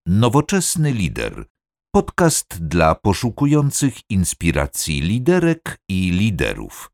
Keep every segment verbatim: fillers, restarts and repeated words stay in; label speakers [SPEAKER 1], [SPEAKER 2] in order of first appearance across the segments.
[SPEAKER 1] Nowoczesny lider. Podcast dla poszukujących inspiracji liderek i liderów.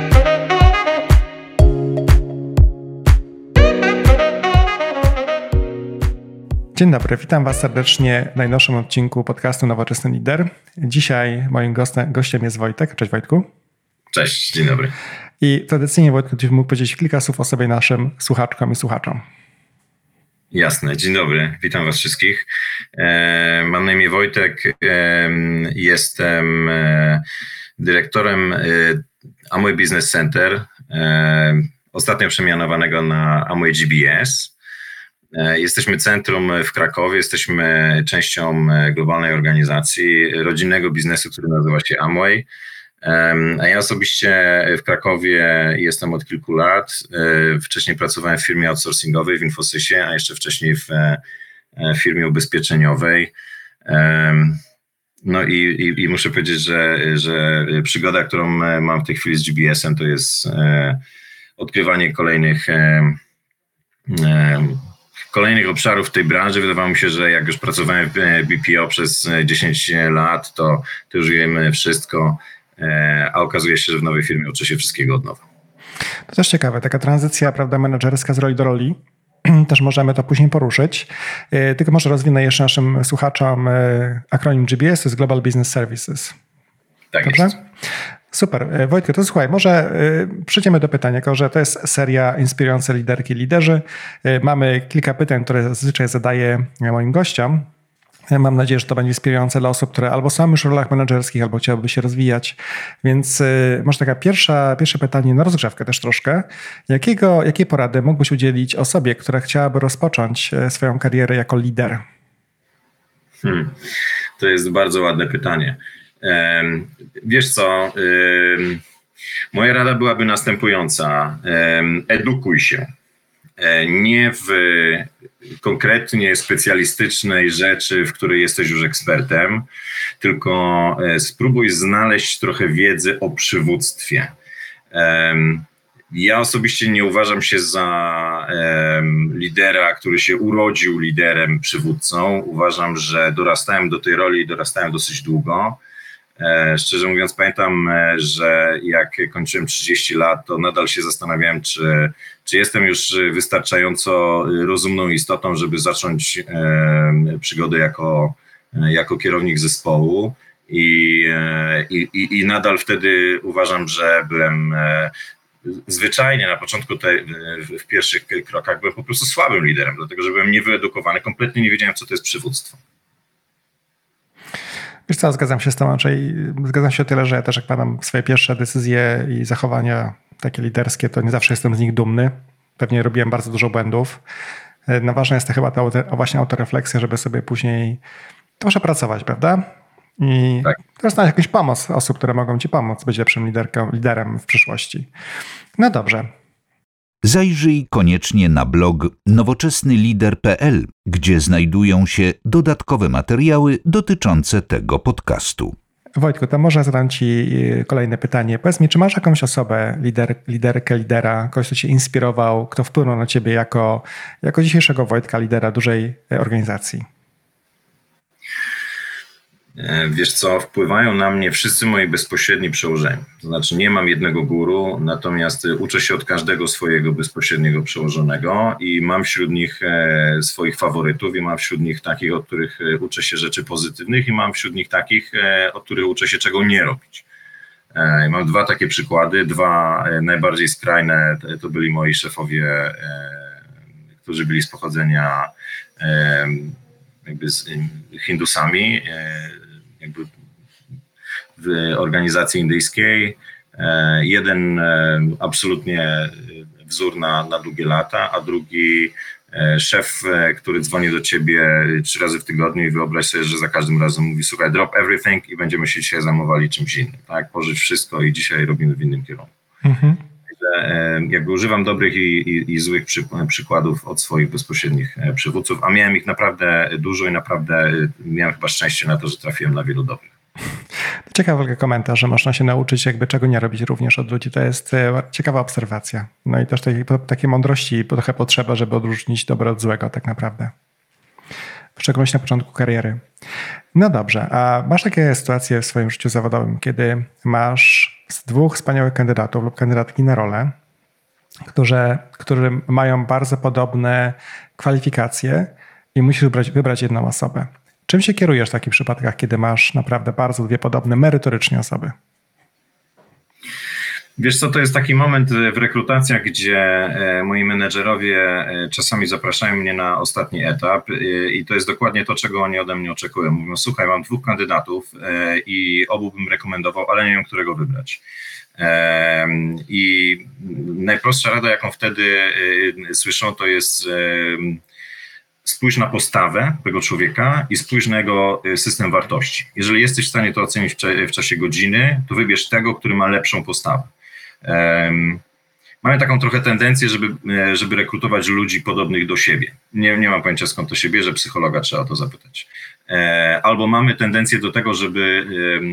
[SPEAKER 2] Dzień dobry, witam Was serdecznie w najnowszym odcinku podcastu Nowoczesny Lider. Dzisiaj moim gościem, gościem jest Wojtek. Cześć Wojtku.
[SPEAKER 3] Cześć, dzień dobry.
[SPEAKER 2] I tradycyjnie Wojtku, gdybyś mógł powiedzieć kilka słów o sobie naszym słuchaczkom i słuchaczom.
[SPEAKER 3] Jasne, dzień dobry, witam Was wszystkich. E, mam na imię Wojtek, e, jestem e, dyrektorem e, Amway Business Center, e, ostatnio przemianowanego na Amway G B S. E, jesteśmy centrum w Krakowie, jesteśmy częścią globalnej organizacji, rodzinnego biznesu, który nazywa się Amway. A ja osobiście w Krakowie jestem od kilku lat. Wcześniej pracowałem w firmie outsourcingowej w Infosysie, a jeszcze wcześniej w firmie ubezpieczeniowej. No i, i, i muszę powiedzieć, że, że przygoda, którą mam w tej chwili z G B S-em, to jest odkrywanie kolejnych, kolejnych obszarów w tej branży. Wydawało mi się, że jak już pracowałem w B P O przez dziesięć lat, to, to już wiemy wszystko. A okazuje się, że w nowej firmie uczy się wszystkiego od nowa.
[SPEAKER 2] To też ciekawe, taka tranzycja, prawda, menedżerska z roli do roli. Też możemy to później poruszyć. Tylko może rozwinę jeszcze naszym słuchaczom akronim G B S, to jest Global Business Services.
[SPEAKER 3] Tak
[SPEAKER 2] Dobrze?
[SPEAKER 3] jest.
[SPEAKER 2] Super. Wojtku, to słuchaj, może przejdziemy do pytań, jako że to jest seria inspirujące liderki i liderzy. Mamy kilka pytań, które zazwyczaj zadaję moim gościom. Mam nadzieję, że to będzie inspirujące dla osób, które albo są już w rolach menedżerskich, albo chciałyby się rozwijać. Więc y, może taka pierwsza, pierwsze pytanie na rozgrzewkę też troszkę. Jakiego, jakiej porady mógłbyś udzielić osobie, która chciałaby rozpocząć swoją karierę jako lider? Hmm.
[SPEAKER 3] To jest bardzo ładne pytanie. Um, wiesz co, um, moja rada byłaby następująca. Um, edukuj się. Nie w konkretnie specjalistycznej rzeczy, w której jesteś już ekspertem, tylko spróbuj znaleźć trochę wiedzy o przywództwie. Ja osobiście nie uważam się za lidera, który się urodził liderem, przywódcą. Uważam, że dorastałem do tej roli i dorastałem dosyć długo. Szczerze mówiąc, pamiętam, że jak kończyłem trzydzieści lat, to nadal się zastanawiałem, czy, czy jestem już wystarczająco rozumną istotą, żeby zacząć e, przygodę jako, jako kierownik zespołu. I, e, i, I nadal wtedy uważam, że byłem e, zwyczajnie na początku tej, w pierwszych krokach byłem po prostu słabym liderem, dlatego że byłem niewyedukowany, kompletnie nie wiedziałem, co to jest przywództwo.
[SPEAKER 2] Wiesz co, zgadzam się z tobą, czyli zgadzam się o tyle, że ja też jak padam swoje pierwsze decyzje i zachowania takie liderskie, to nie zawsze jestem z nich dumny. Pewnie robiłem bardzo dużo błędów. No ważna jest to chyba ta właśnie autorefleksja, żeby sobie później troszkę pracować, prawda? I tak. Teraz znaleźć jakąś pomoc osób, które mogą ci pomóc być lepszym liderką, liderem w przyszłości. No dobrze.
[SPEAKER 1] Zajrzyj koniecznie na blog nowoczesny lider kropka p l, gdzie znajdują się dodatkowe materiały dotyczące tego podcastu.
[SPEAKER 2] Wojtku, to może zadam ci kolejne pytanie. Powiedz mi, czy masz jakąś osobę, lider, liderkę, lidera, kogoś, kto cię inspirował, kto wpłynął na ciebie jako, jako dzisiejszego Wojtka, lidera dużej organizacji?
[SPEAKER 3] Wiesz co, wpływają na mnie wszyscy moi bezpośredni przełożeni. To znaczy nie mam jednego guru, natomiast uczę się od każdego swojego bezpośredniego przełożonego i mam wśród nich swoich faworytów i mam wśród nich takich, od których uczę się rzeczy pozytywnych i mam wśród nich takich, od których uczę się czego nie robić. Mam dwa takie przykłady, dwa najbardziej skrajne, to byli moi szefowie, którzy byli z pochodzenia jakby z Hindusami, jakby w organizacji indyjskiej. Jeden absolutnie wzór na, na długie lata, a drugi szef, który dzwoni do ciebie trzy razy w tygodniu i wyobraź sobie, że za każdym razem mówi: słuchaj, drop everything i będziemy się dzisiaj zajmowali czymś innym. Tak? Pożycz wszystko i dzisiaj robimy w innym kierunku. Mhm. Jakby używam dobrych i, i, i złych przy, przykładów od swoich bezpośrednich przywódców, a miałem ich naprawdę dużo i naprawdę miałem chyba szczęście na to, że trafiłem na wielu dobrych.
[SPEAKER 2] Ciekawy komentarz, że można się nauczyć jakby czego nie robić również od ludzi. To jest ciekawa obserwacja. No i też tej, takiej mądrości trochę potrzeba, żeby odróżnić dobro od złego tak naprawdę. w szczególności na początku kariery. No dobrze, a masz takie sytuacje w swoim życiu zawodowym, kiedy masz dwóch wspaniałych kandydatów lub kandydatki na rolę, którzy, którzy mają bardzo podobne kwalifikacje i musisz wybrać, wybrać jedną osobę. Czym się kierujesz w takich przypadkach, kiedy masz naprawdę bardzo dwie podobne merytorycznie osoby?
[SPEAKER 3] Wiesz co, to jest taki moment w rekrutacjach, gdzie moi menedżerowie czasami zapraszają mnie na ostatni etap i to jest dokładnie to, czego oni ode mnie oczekują. Mówią, słuchaj, mam dwóch kandydatów i obu bym rekomendował, ale nie wiem, którego wybrać. I najprostsza rada, jaką wtedy słyszą, to jest spójrz na postawę tego człowieka i spójrz na jego system wartości. Jeżeli jesteś w stanie to ocenić w czasie godziny, to wybierz tego, który ma lepszą postawę. Um, mamy taką trochę tendencję, żeby, żeby rekrutować ludzi podobnych do siebie. Nie, nie mam pojęcia, skąd to się bierze, psychologa trzeba o to zapytać. E, albo mamy tendencję do tego, żeby,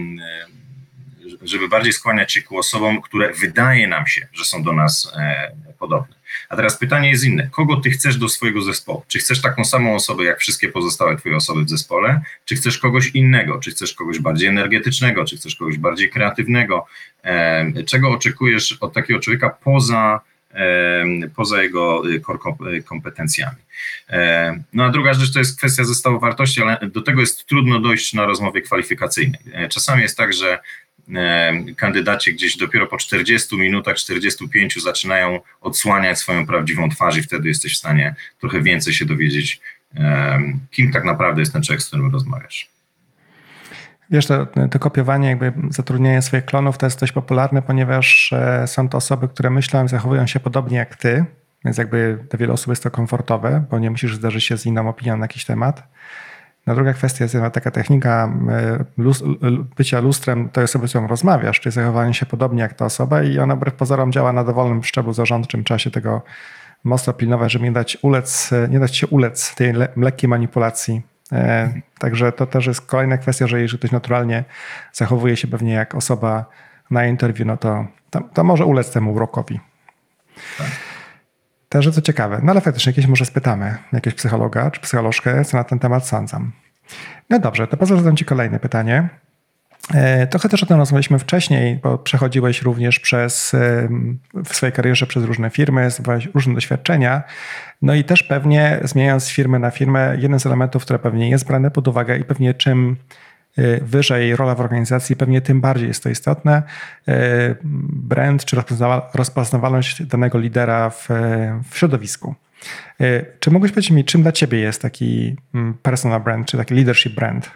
[SPEAKER 3] żeby bardziej skłaniać się ku osobom, które wydaje nam się, że są do nas e, podobne. A teraz pytanie jest inne. Kogo ty chcesz do swojego zespołu? Czy chcesz taką samą osobę, jak wszystkie pozostałe twoje osoby w zespole? Czy chcesz kogoś innego? Czy chcesz kogoś bardziej energetycznego? Czy chcesz kogoś bardziej kreatywnego? E, czego oczekujesz od takiego człowieka poza, e, poza jego kompetencjami? E, no a druga rzecz to jest kwestia zestawu wartości, ale do tego jest trudno dojść na rozmowie kwalifikacyjnej. E, czasami jest tak, że kandydaci gdzieś dopiero po czterdziestu minutach, czterdziestu pięciu zaczynają odsłaniać swoją prawdziwą twarz i wtedy jesteś w stanie trochę więcej się dowiedzieć, kim tak naprawdę jest ten człowiek, z którym rozmawiasz.
[SPEAKER 2] Wiesz, to, to kopiowanie, jakby zatrudnienie swoich klonów to jest dość popularne, ponieważ są to osoby, które myślą i zachowują się podobnie jak ty, więc jakby dla wielu osób jest to komfortowe, bo nie musisz zderzyć się z inną opinią na jakiś temat. No druga kwestia jest taka technika lus, bycia lustrem tej osoby, z którą rozmawiasz, czyli zachowanie się podobnie jak ta osoba i ona wbrew pozorom działa na dowolnym szczeblu zarządczym, trzeba się tego mocno pilnować, żeby nie dać, ulec, nie dać się ulec tej le, lekkiej manipulacji. E, także to też jest kolejna kwestia, że jeżeli ktoś naturalnie zachowuje się pewnie jak osoba na interwiu, no to, to, to może ulec temu urokowi. Tak. Też to ciekawe. No ale faktycznie jakieś może spytamy jakiegoś psychologa czy psycholożkę, co na ten temat sądzą. No dobrze, to pozwól zadam ci kolejne pytanie. Trochę też o tym rozmawialiśmy wcześniej, bo przechodziłeś również przez, w swojej karierze przez różne firmy, zdobyłeś różne doświadczenia. No i też pewnie zmieniając z firmy na firmę, jeden z elementów, które pewnie jest brane pod uwagę i pewnie czym wyżej rola w organizacji, pewnie tym bardziej jest to istotne. Brand czy rozpoznawalność danego lidera w, w środowisku. Czy mógłbyś powiedzieć mi, czym dla ciebie jest taki personal brand, czy taki leadership brand?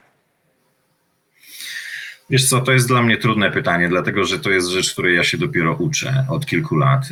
[SPEAKER 3] Wiesz co, to jest dla mnie trudne pytanie, dlatego że to jest rzecz, której ja się dopiero uczę od kilku lat.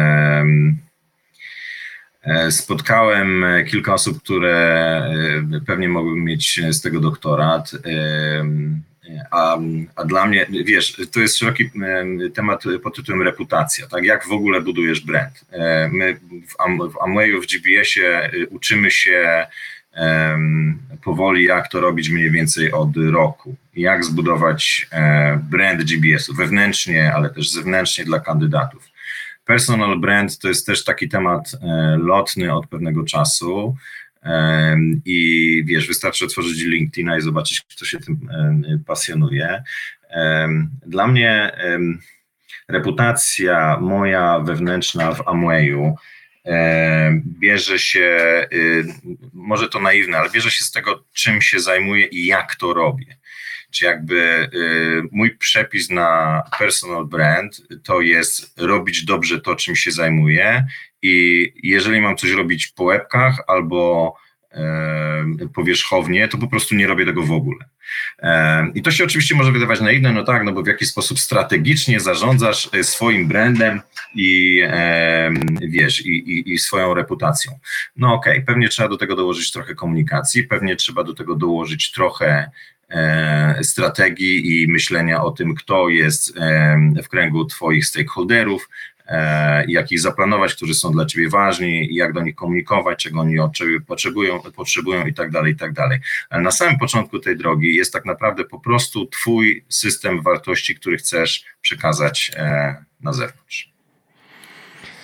[SPEAKER 3] Spotkałem kilka osób, które pewnie mogłyby mieć z tego doktorat, a, a dla mnie, wiesz, to jest szeroki temat pod tytułem reputacja, tak? Jak w ogóle budujesz brand? My w, Am- w Amwayu, w G B S-ie uczymy się powoli, jak to robić mniej więcej od roku. Jak zbudować brand G B S-u wewnętrznie, ale też zewnętrznie dla kandydatów. Personal brand to jest też taki temat lotny od pewnego czasu i wiesz, wystarczy otworzyć LinkedIna i zobaczyć, kto się tym pasjonuje. Dla mnie reputacja moja wewnętrzna w Amwayu bierze się, może to naiwne, ale bierze się z tego, czym się zajmuję i jak to robię. Czy jakby mój przepis na personal brand to jest robić dobrze to, czym się zajmuję i jeżeli mam coś robić po łebkach albo powierzchownie, to po prostu nie robię tego w ogóle. I to się oczywiście może wydawać naiwne, no tak, no bo w jaki sposób strategicznie zarządzasz swoim brandem i wiesz, i, i, i swoją reputacją. No okej, okay, pewnie trzeba do tego dołożyć trochę komunikacji, pewnie trzeba do tego dołożyć trochę strategii i myślenia o tym, kto jest w kręgu twoich stakeholderów, jak ich zaplanować, którzy są dla ciebie ważni, jak do nich komunikować, czego oni od ciebie potrzebują, potrzebują i tak dalej, i tak dalej. Ale na samym początku tej drogi jest tak naprawdę po prostu twój system wartości, który chcesz przekazać na zewnątrz.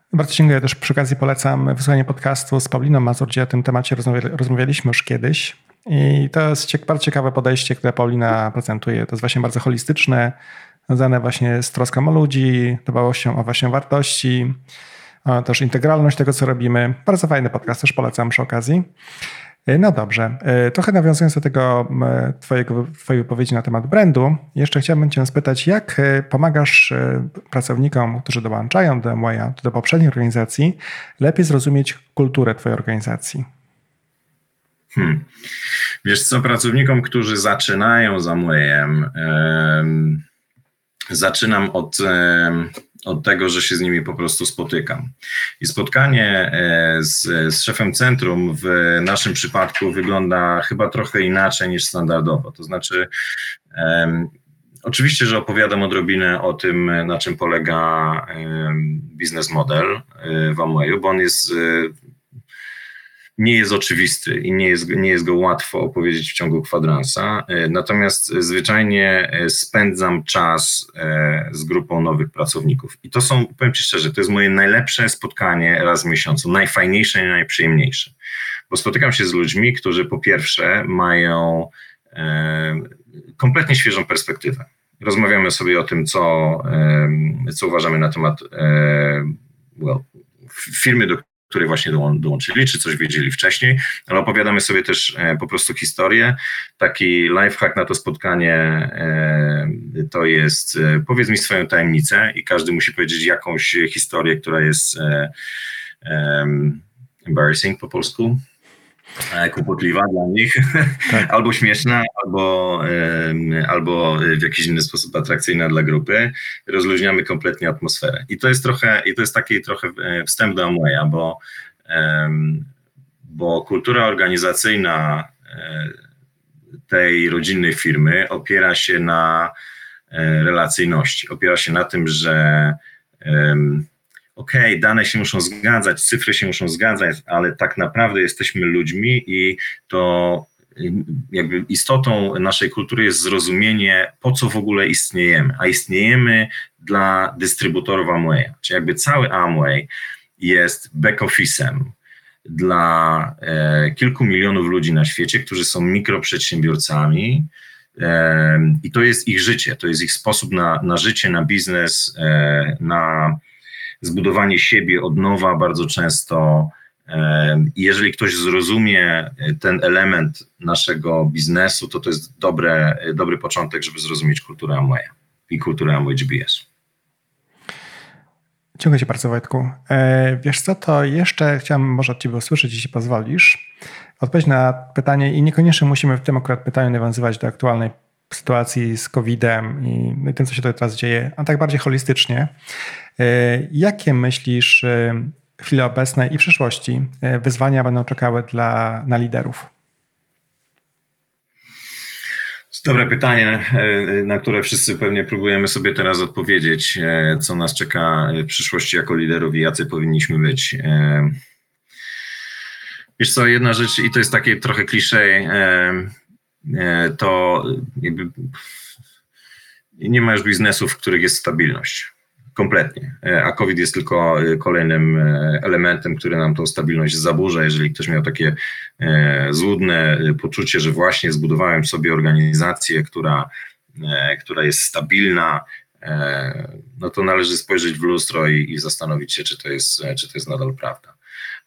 [SPEAKER 2] Bardzo dziękuję. Też przy okazji polecam wysłuchanie podcastu z Pauliną Mazur, gdzie o tym temacie rozmawiali, rozmawialiśmy już kiedyś. I to jest ciek- bardzo ciekawe podejście, które Paulina prezentuje. To jest właśnie bardzo holistyczne, związane właśnie z troską o ludzi, dbałością o właśnie wartości, o też integralność tego, co robimy. Bardzo fajny podcast, też polecam przy okazji. No dobrze, trochę nawiązując do tego twojego, twojej wypowiedzi na temat brandu, jeszcze chciałbym cię spytać, jak pomagasz pracownikom, którzy dołączają do Amwaya, do poprzedniej organizacji, lepiej zrozumieć kulturę twojej organizacji?
[SPEAKER 3] Hmm. Wiesz co, pracownikom, którzy zaczynają z Amwayem, um, zaczynam od, um, od tego, że się z nimi po prostu spotykam. I spotkanie z, z szefem centrum w naszym przypadku wygląda chyba trochę inaczej niż standardowo. To znaczy, um, oczywiście, że opowiadam odrobinę o tym, na czym polega um, biznes model w Amwayu, bo on jest nie jest oczywisty i nie jest, nie jest go łatwo opowiedzieć w ciągu kwadransa. Natomiast zwyczajnie spędzam czas z grupą nowych pracowników. I to są, powiem Ci szczerze, to jest moje najlepsze spotkanie raz w miesiącu, najfajniejsze i najprzyjemniejsze. Bo spotykam się z ludźmi, którzy po pierwsze mają e, kompletnie świeżą perspektywę. Rozmawiamy sobie o tym, co, e, co uważamy na temat e, well, firmy, do której właśnie dołączyli, czy coś wiedzieli wcześniej, ale opowiadamy sobie też po prostu historię. Taki lifehack na to spotkanie to jest powiedz mi swoją tajemnicę i każdy musi powiedzieć jakąś historię, która jest um, embarrassing po polsku, kłopotliwa dla nich, tak. albo śmieszna, albo, albo w jakiś inny sposób atrakcyjna dla grupy. Rozluźniamy kompletnie atmosferę. I to jest trochę, i to jest taki trochę wstęp do Amwaya, bo, bo kultura organizacyjna tej rodzinnej firmy opiera się na relacyjności. Opiera się na tym, że okej, okay, dane się muszą zgadzać, cyfry się muszą zgadzać, ale tak naprawdę jesteśmy ludźmi i to jakby istotą naszej kultury jest zrozumienie, po co w ogóle istniejemy, a istniejemy dla dystrybutorów Amwaya, czyli jakby cały Amway jest back-office'em dla e, kilku milionów ludzi na świecie, którzy są mikroprzedsiębiorcami e, i to jest ich życie, to jest ich sposób na, na życie, na biznes, e, na zbudowanie siebie od nowa bardzo często. I jeżeli ktoś zrozumie ten element naszego biznesu, to to jest dobre, dobry początek, żeby zrozumieć kulturę Amwaya i kulturę Amway G B S.
[SPEAKER 2] Dziękuję Ci bardzo, Wojtku. Wiesz co, to jeszcze chciałem może od Ciebie usłyszeć, jeśli pozwolisz, odpowiedź na pytanie i niekoniecznie musimy w tym akurat pytaniu nawiązywać do aktualnej sytuacji z kowidem i tym, co się tutaj teraz dzieje, a tak bardziej holistycznie. Jakie myślisz w chwili obecnej i w przyszłości wyzwania będą czekały dla, na liderów?
[SPEAKER 3] Dobre pytanie, na które wszyscy pewnie próbujemy sobie teraz odpowiedzieć, co nas czeka w przyszłości jako liderów i jacy powinniśmy być. Wiesz co, jedna rzecz, i to jest takie trochę kliszej, to jakby nie ma już biznesów, w których jest stabilność. Kompletnie. A COVID jest tylko kolejnym elementem, który nam tą stabilność zaburza. Jeżeli ktoś miał takie złudne poczucie, że właśnie zbudowałem sobie organizację, która, która jest stabilna, no to należy spojrzeć w lustro i, i zastanowić się, czy to jest, czy to jest nadal prawda.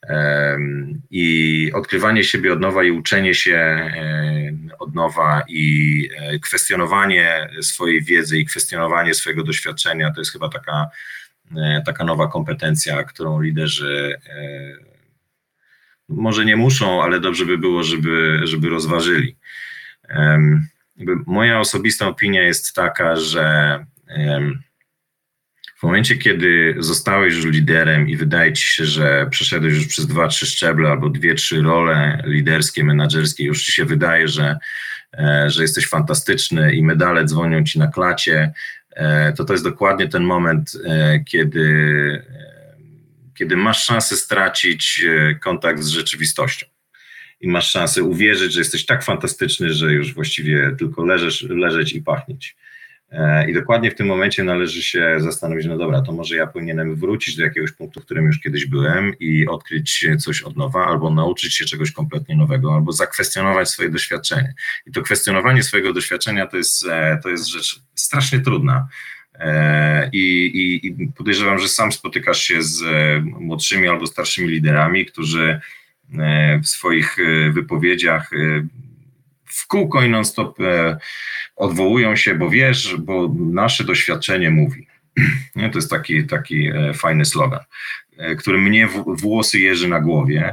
[SPEAKER 3] I odkrywanie siebie od nowa i uczenie się od nowa i kwestionowanie swojej wiedzy i kwestionowanie swojego doświadczenia to jest chyba taka, taka nowa kompetencja, którą liderzy może nie muszą, ale dobrze by było, żeby, żeby rozważyli. Moja osobista opinia jest taka, że w momencie, kiedy zostałeś już liderem i wydaje ci się, że przeszedłeś już przez dwa, trzy szczeble albo dwie, trzy role liderskie, menadżerskie, już ci się wydaje, że, że jesteś fantastyczny i medale dzwonią ci na klacie, to to jest dokładnie ten moment, kiedy, kiedy masz szansę stracić kontakt z rzeczywistością. I masz szansę uwierzyć, że jesteś tak fantastyczny, że już właściwie tylko leżysz, leżeć i pachnieć. I dokładnie w tym momencie należy się zastanowić, no dobra, to może ja powinienem wrócić do jakiegoś punktu, w którym już kiedyś byłem i odkryć coś od nowa, albo nauczyć się czegoś kompletnie nowego, albo zakwestionować swoje doświadczenie. I to kwestionowanie swojego doświadczenia to jest, to jest rzecz strasznie trudna. I, i, I podejrzewam, że sam spotykasz się z młodszymi albo starszymi liderami, którzy w swoich wypowiedziach w kółko i non-stop odwołują się, bo wiesz, bo nasze doświadczenie mówi. To jest taki, taki fajny slogan, który mnie włosy jeży na głowie,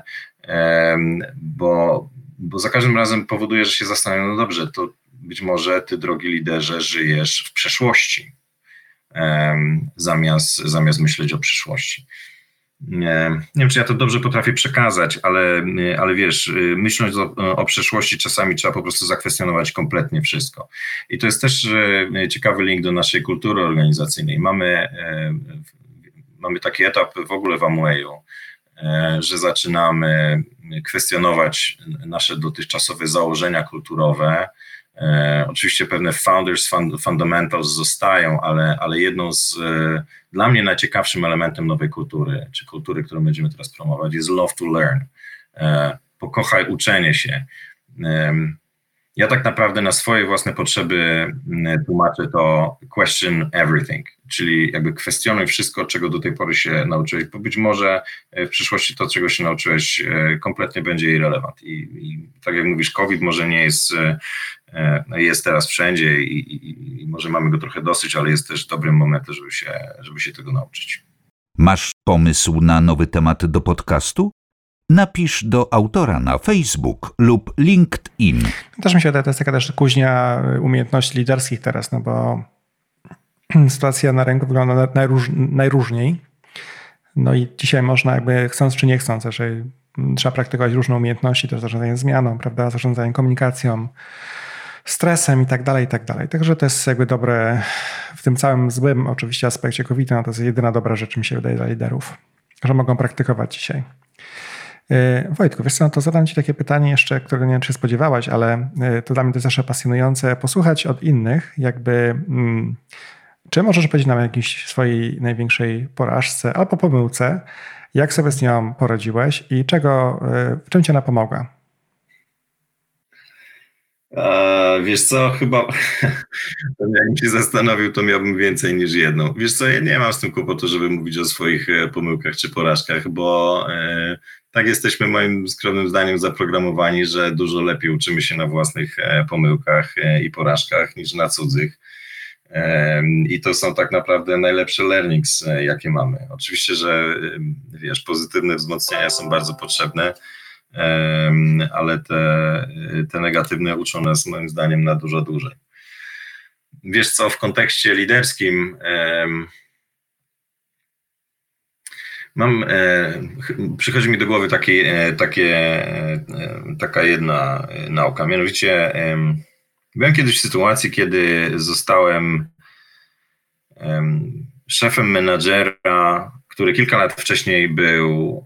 [SPEAKER 3] bo, bo za każdym razem powoduje, że się zastanawiam, no dobrze, to być może ty, drogi liderze, żyjesz w przeszłości, zamiast, zamiast myśleć o przyszłości. Nie, nie wiem, czy ja to dobrze potrafię przekazać, ale, ale wiesz, myśląc o, o przeszłości, czasami trzeba po prostu zakwestionować kompletnie wszystko. I to jest też ciekawy link do naszej kultury organizacyjnej. Mamy, mamy taki etap w ogóle w Amueju, że zaczynamy kwestionować nasze dotychczasowe założenia kulturowe. E, oczywiście pewne founders fund, fundamentals zostają, ale, ale jedną z e, dla mnie najciekawszym elementem nowej kultury, czy kultury, którą będziemy teraz promować, jest love to learn. E, pokochaj uczenie się. E, ja tak naprawdę na swoje własne potrzeby tłumaczę to question everything, czyli jakby kwestionuj wszystko, czego do tej pory się nauczyłeś, bo być może w przyszłości to, czego się nauczyłeś, kompletnie będzie irrelevant. I, i tak jak mówisz, COVID może nie jest, jest teraz wszędzie i, i, i może mamy go trochę dosyć, ale jest też dobrym momentem, żeby się, żeby się tego nauczyć.
[SPEAKER 1] Masz pomysł na nowy temat do podcastu? Napisz do autora na Facebook lub LinkedIn.
[SPEAKER 2] Też mi się wydaje, to jest taka też kuźnia umiejętności liderskich teraz, no bo sytuacja na rynku wygląda najróż, najróżniej. No i dzisiaj można jakby chcąc czy nie chcąc, jeżeli trzeba praktykować różne umiejętności, też zarządzanie zmianą, prawda, zarządzanie komunikacją, stresem i tak dalej, i tak dalej. Także to jest jakby dobre w tym całym złym oczywiście aspekcie kowida, no to jest jedyna dobra rzecz, mi się wydaje, dla liderów, że mogą praktykować dzisiaj. Wojtku, wiesz co, no to zadam ci takie pytanie jeszcze, którego nie wiem, czy się spodziewałaś, ale to dla mnie to jest zawsze pasjonujące posłuchać od innych, jakby hmm, czy możesz powiedzieć nam o jakiejś swojej największej porażce albo pomyłce, jak sobie z nią poradziłeś i czego, w czym ci ona pomogła?
[SPEAKER 3] A, wiesz co, chyba jakbym się zastanowił, to miałbym więcej niż jedną. Wiesz co, ja nie mam z tym kłopotu, żeby mówić o swoich pomyłkach czy porażkach, bo e, tak jesteśmy moim skromnym zdaniem zaprogramowani, że dużo lepiej uczymy się na własnych e, pomyłkach e, i porażkach niż na cudzych. E, I to są tak naprawdę najlepsze learnings, e, jakie mamy. Oczywiście, że e, wiesz, pozytywne wzmocnienia są bardzo potrzebne, ale te, te negatywne uczą nas moim zdaniem na dużo dłużej. Wiesz co, w kontekście liderskim mam, przychodzi mi do głowy taki, takie, taka jedna nauka, mianowicie byłem kiedyś w sytuacji, kiedy zostałem szefem menadżera, który kilka lat wcześniej był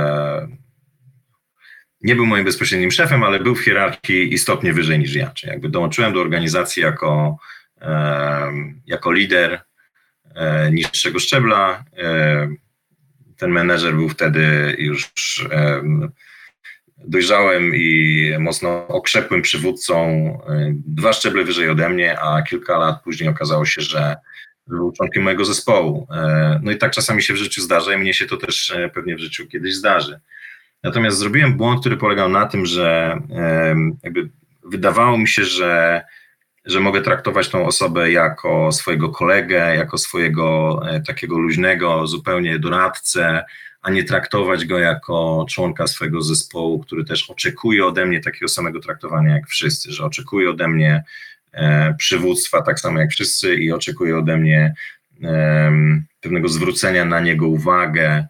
[SPEAKER 3] nie był moim bezpośrednim szefem, ale był w hierarchii istotnie wyżej niż ja. Czyli jakby dołączyłem do organizacji jako, e, jako lider e, niższego szczebla. E, ten menedżer był wtedy już e, dojrzałym i mocno okrzepłym przywódcą, e, dwa szczeble wyżej ode mnie, a kilka lat później okazało się, że był członkiem mojego zespołu. E, no i tak czasami się w życiu zdarza i mnie się to też e, pewnie w życiu kiedyś zdarzy. Natomiast zrobiłem błąd, który polegał na tym, że jakby wydawało mi się, że, że mogę traktować tą osobę jako swojego kolegę, jako swojego takiego luźnego zupełnie doradcę, a nie traktować go jako członka swojego zespołu, który też oczekuje ode mnie takiego samego traktowania jak wszyscy, że oczekuje ode mnie przywództwa tak samo jak wszyscy i oczekuje ode mnie pewnego zwrócenia na niego uwagę,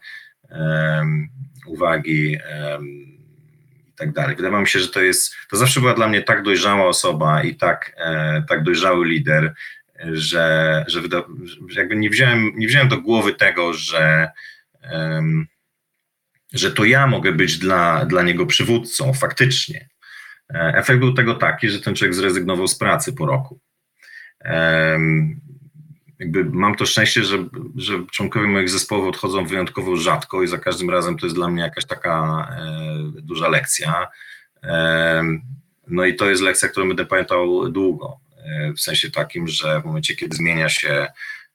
[SPEAKER 3] uwagi um, i tak dalej. Wydawało mi się, że to jest, to zawsze była dla mnie tak dojrzała osoba i tak, e, tak dojrzały lider, że, że, wyda, że jakby nie wziąłem, nie wziąłem do głowy tego, że, um, że to ja mogę być dla, dla niego przywódcą faktycznie. Efekt był tego taki, że ten człowiek zrezygnował z pracy po roku. Jakby mam to szczęście, że, że członkowie moich zespołów odchodzą wyjątkowo rzadko i za każdym razem to jest dla mnie jakaś taka duża lekcja. No i to jest lekcja, którą będę pamiętał długo. W sensie takim, że w momencie, kiedy zmienia się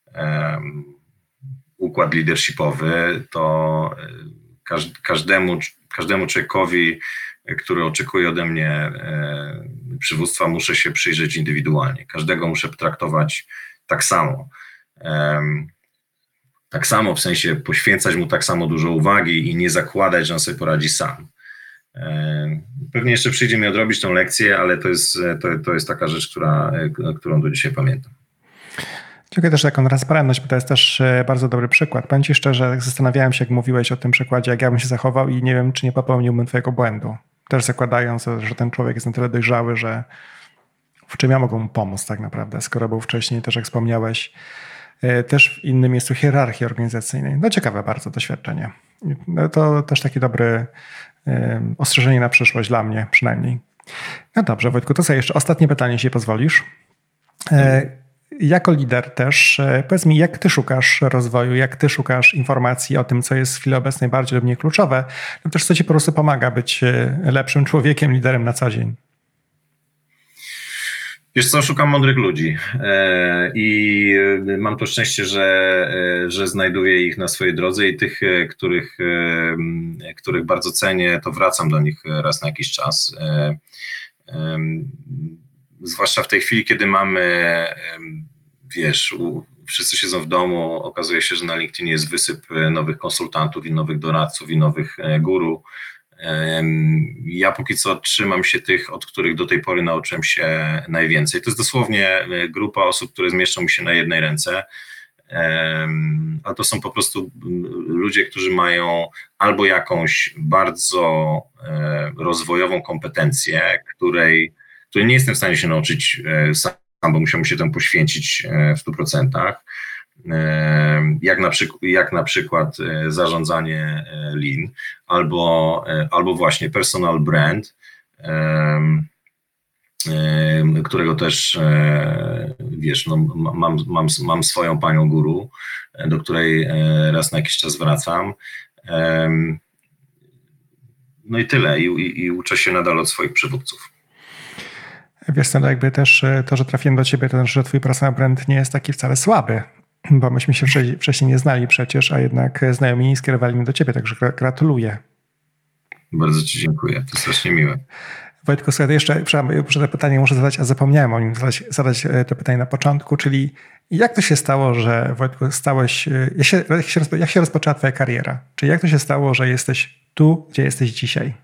[SPEAKER 3] układ leadershipowy, to każdemu, każdemu człowiekowi, który oczekuje ode mnie przywództwa, muszę się przyjrzeć indywidualnie. Każdego muszę traktować tak samo. Tak samo, w sensie poświęcać mu tak samo dużo uwagi i nie zakładać, że on sobie poradzi sam. Pewnie jeszcze przyjdzie mi odrobić tą lekcję, ale to jest, to, to jest taka rzecz, która, którą do dzisiaj pamiętam.
[SPEAKER 2] Dziękuję też za taką transparentność, bo to jest też bardzo dobry przykład. Powiem ci szczerze, zastanawiałem się, jak mówiłeś o tym przykładzie, jak ja bym się zachował i nie wiem, czy nie popełniłbym twojego błędu. Też zakładając, że ten człowiek jest na tyle dojrzały, że w czym ja mogę mu pomóc tak naprawdę, skoro był wcześniej, też jak wspomniałeś, też w innym miejscu hierarchii organizacyjnej. No ciekawe bardzo doświadczenie. No, to też takie dobre um, ostrzeżenie na przyszłość dla mnie przynajmniej. No dobrze, Wojtku, to co jeszcze ostatnie pytanie, jeśli pozwolisz. E, Jako lider też, powiedz mi, jak ty szukasz rozwoju, jak ty szukasz informacji o tym, co jest w chwili obecnej bardziej lub mniej kluczowe, lub też co ci po prostu pomaga być lepszym człowiekiem, liderem na co dzień?
[SPEAKER 3] Wiesz co, szukam mądrych ludzi i mam to szczęście, że, że znajduję ich na swojej drodze i tych, których, których bardzo cenię, to wracam do nich raz na jakiś czas. Zwłaszcza w tej chwili, kiedy mamy, wiesz, wszyscy siedzą w domu, okazuje się, że na LinkedInie jest wysyp nowych konsultantów i nowych doradców i nowych guru. Ja póki co trzymam się tych, od których do tej pory nauczyłem się najwięcej. To jest dosłownie grupa osób, które zmieszczą mi się na jednej ręce, a to są po prostu ludzie, którzy mają albo jakąś bardzo rozwojową kompetencję, której której nie jestem w stanie się nauczyć sam, bo musiałbym się temu poświęcić w stu procentach, jak na, przyk- jak na przykład zarządzanie Lean, albo, albo właśnie personal brand, którego też, wiesz, no, mam, mam, mam swoją panią guru, do której raz na jakiś czas wracam. No i tyle, i, i, i uczę się nadal od swoich przywódców.
[SPEAKER 2] Wiesz co, no jakby też to, że trafiłem do ciebie, to znaczy, że twój personal brand nie jest taki wcale słaby, bo myśmy się wcześniej nie znali przecież, a jednak znajomi skierowali mnie do ciebie, także gratuluję.
[SPEAKER 3] Bardzo ci dziękuję, to strasznie miłe.
[SPEAKER 2] Wojtku, słuchaj, jeszcze muszę to pytanie muszę zadać, a zapomniałem o nim zadać, zadać to pytanie na początku, czyli jak to się stało, że Wojtku stałeś, jak się, jak się, jak się rozpoczęła twoja kariera? Czyli jak to się stało, że jesteś tu, gdzie jesteś dzisiaj?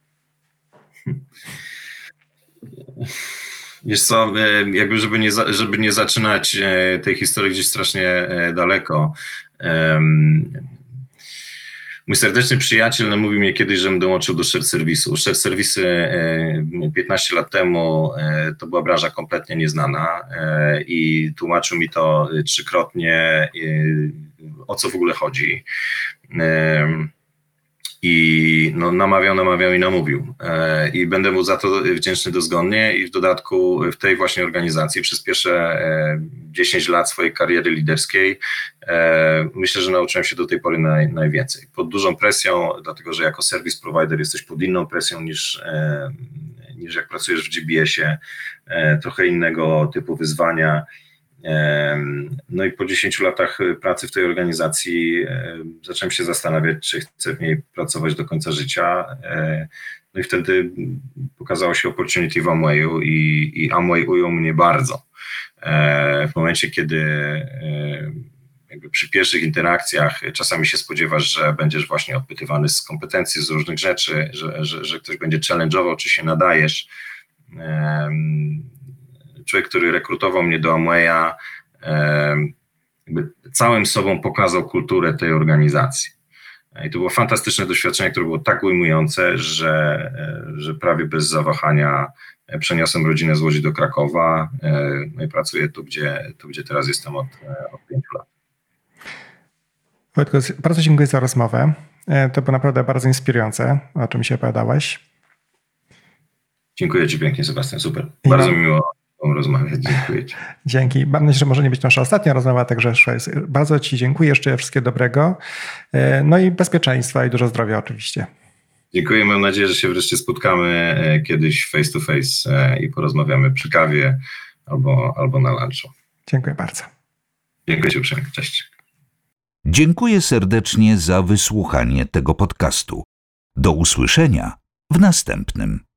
[SPEAKER 3] Wiesz co, jakby żeby nie, żeby nie zaczynać tej historii gdzieś strasznie daleko. Mój serdeczny przyjaciel namówił mnie kiedyś, żebym dołączył do shared serwisu. Shared serwisy piętnaście lat temu to była branża kompletnie nieznana i tłumaczył mi to trzykrotnie, o co w ogóle chodzi. I no, namawiał, namawiał i namówił. E, I będę mu za to wdzięczny dozgonnie i w dodatku w tej właśnie organizacji przez pierwsze e, dziesięć lat swojej kariery liderskiej e, myślę, że nauczyłem się do tej pory naj, najwięcej. Pod dużą presją, dlatego że jako service provider jesteś pod inną presją niż, e, niż jak pracujesz w G B S-ie, e, trochę innego typu wyzwania. No i po dziesięciu latach pracy w tej organizacji zacząłem się zastanawiać, czy chcę w niej pracować do końca życia. No i wtedy pokazało się opportunity w Amwayu i, i Amway ujął mnie bardzo. W momencie, kiedy jakby przy pierwszych interakcjach czasami się spodziewasz, że będziesz właśnie odpytywany z kompetencji, z różnych rzeczy, że, że, że ktoś będzie challenge'ował, czy się nadajesz. Człowiek, który rekrutował mnie do Amwaya, jakby całym sobą pokazał kulturę tej organizacji. I to było fantastyczne doświadczenie, które było tak ujmujące, że, że prawie bez zawahania przeniosłem rodzinę z Łodzi do Krakowa. No i pracuję tu, gdzie, tu, gdzie teraz jestem od, od pięciu lat.
[SPEAKER 2] Wojtku, bardzo dziękuję za rozmowę. To było naprawdę bardzo inspirujące, o czym się opowiadałeś.
[SPEAKER 3] Dziękuję ci pięknie, Sebastian, super. Bardzo mi miło Tobą rozmawiać. Dziękuję Ci.
[SPEAKER 2] Dzięki. Mam nadzieję, że może nie być nasza ostatnia rozmowa, także bardzo Ci dziękuję. Życzę wszystkiego dobrego. No i bezpieczeństwa i dużo zdrowia oczywiście.
[SPEAKER 3] Dziękuję. Mam nadzieję, że się wreszcie spotkamy kiedyś face to face i porozmawiamy przy kawie albo, albo na lunchu.
[SPEAKER 2] Dziękuję bardzo.
[SPEAKER 3] Dziękuję Ci uprzejmie. Cześć.
[SPEAKER 1] Dziękuję serdecznie za wysłuchanie tego podcastu. Do usłyszenia w następnym.